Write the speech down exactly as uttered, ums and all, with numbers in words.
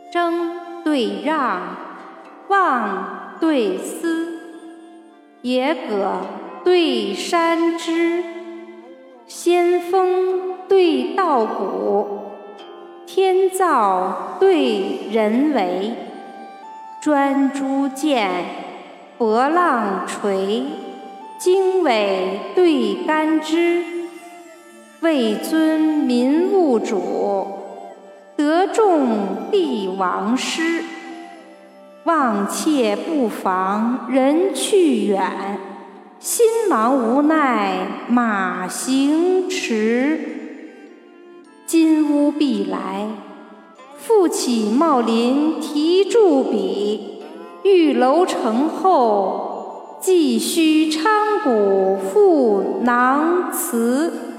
争对让，望对思，野葛对山枝，仙风对道骨，天造对人为，专诸剑，博浪锤，经纬对干支，位尊民物主，得众帝王师。望妾不妨人去远，心忙无奈马行迟。金乌必来，复起茂林题著笔，玉楼成后，继续昌谷赋囊词。